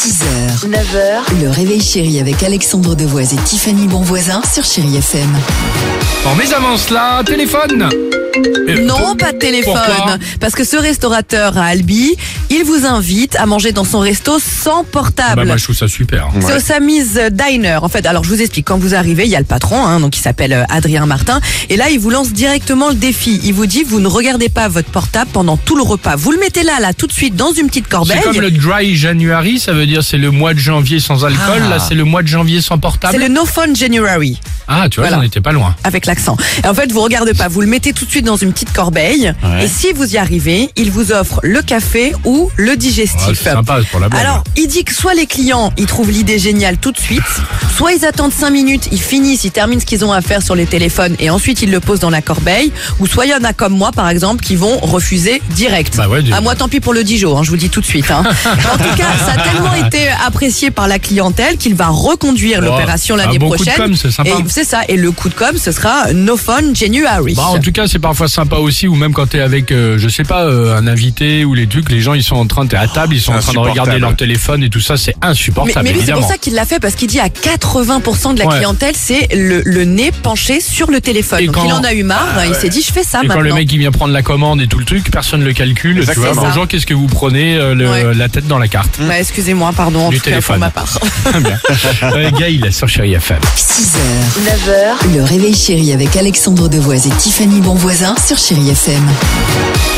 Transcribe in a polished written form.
6h, 9h, le réveil chéri avec Alexandre Devoise et Tiffany Bonvoisin sur Chéri FM. Bon, mais avant cela, téléphone. Non, pas de téléphone. Pourquoi ? Parce que ce restaurateur à Albi, il vous invite à manger dans son resto sans portable. Bah, moi, je trouve ça super. C'est au Sammy's Diner. En fait, alors je vous explique. Quand vous arrivez, il y a le patron, donc il s'appelle Adrien Martin. Et là, il vous lance directement le défi. Il vous dit, vous ne regardez pas votre portable pendant tout le repas. Vous le mettez là, tout de suite, dans une petite corbeille. C'est comme le dry January, ça veut dire c'est le mois de janvier sans alcool. Là, c'est le mois de janvier sans portable. C'est le No Phone January. Ah, tu vois, Voilà. j'en étais pas loin. Avec l'accent. Et en fait, vous regardez pas, vous le mettez tout de suite dans une petite corbeille. Ouais. Et si vous y arrivez, il vous offre le café ou le digestif. Ouais, c'est sympa pour la blague. Alors, il dit que soit les clients, ils trouvent l'idée géniale tout de suite, soit ils attendent 5 minutes, ils finissent, ils terminent ce qu'ils ont à faire sur les téléphones et ensuite ils le posent dans la corbeille, ou soit il y en a comme moi, par exemple, qui vont refuser direct. Bah ouais, À moi, tant pis pour le Dijon, je vous dis tout de suite. En tout cas, ça a tellement été apprécié par la clientèle qu'il va reconduire l'opération l'année un bon coup de prochaine. com', c'est sympa. Et c'est ça. Et le coup de com', ce sera No Phone January. Bah, en tout cas, c'est parfois sympa aussi, ou même quand t'es avec, je sais pas, un invité ou les trucs, les gens ils sont en train, t'es à table, ils sont en train de regarder leur téléphone et tout ça, c'est insupportable, mais lui, c'est évidemment. pour ça qu'il l'a fait, parce qu'il dit à 80% de la Ouais. clientèle, c'est le nez penché sur le téléphone. Et Donc quand- il en a eu marre, il s'est dit, je fais ça Et maintenant. quand le mec il vient prendre la commande et tout le truc, personne le calcule. Tu vois, C'est ça. bonjour, qu'est-ce que vous prenez Ouais. la tête dans la carte. Bah, excusez-moi, pardon, en Du tout cas, téléphone. pour ma part. Très bien. Gaël sur Chéri FM. 6h, 9h, le réveil chéri avec Alexandre Devoise et Tiffany Bonvoisin sur Chéri FM.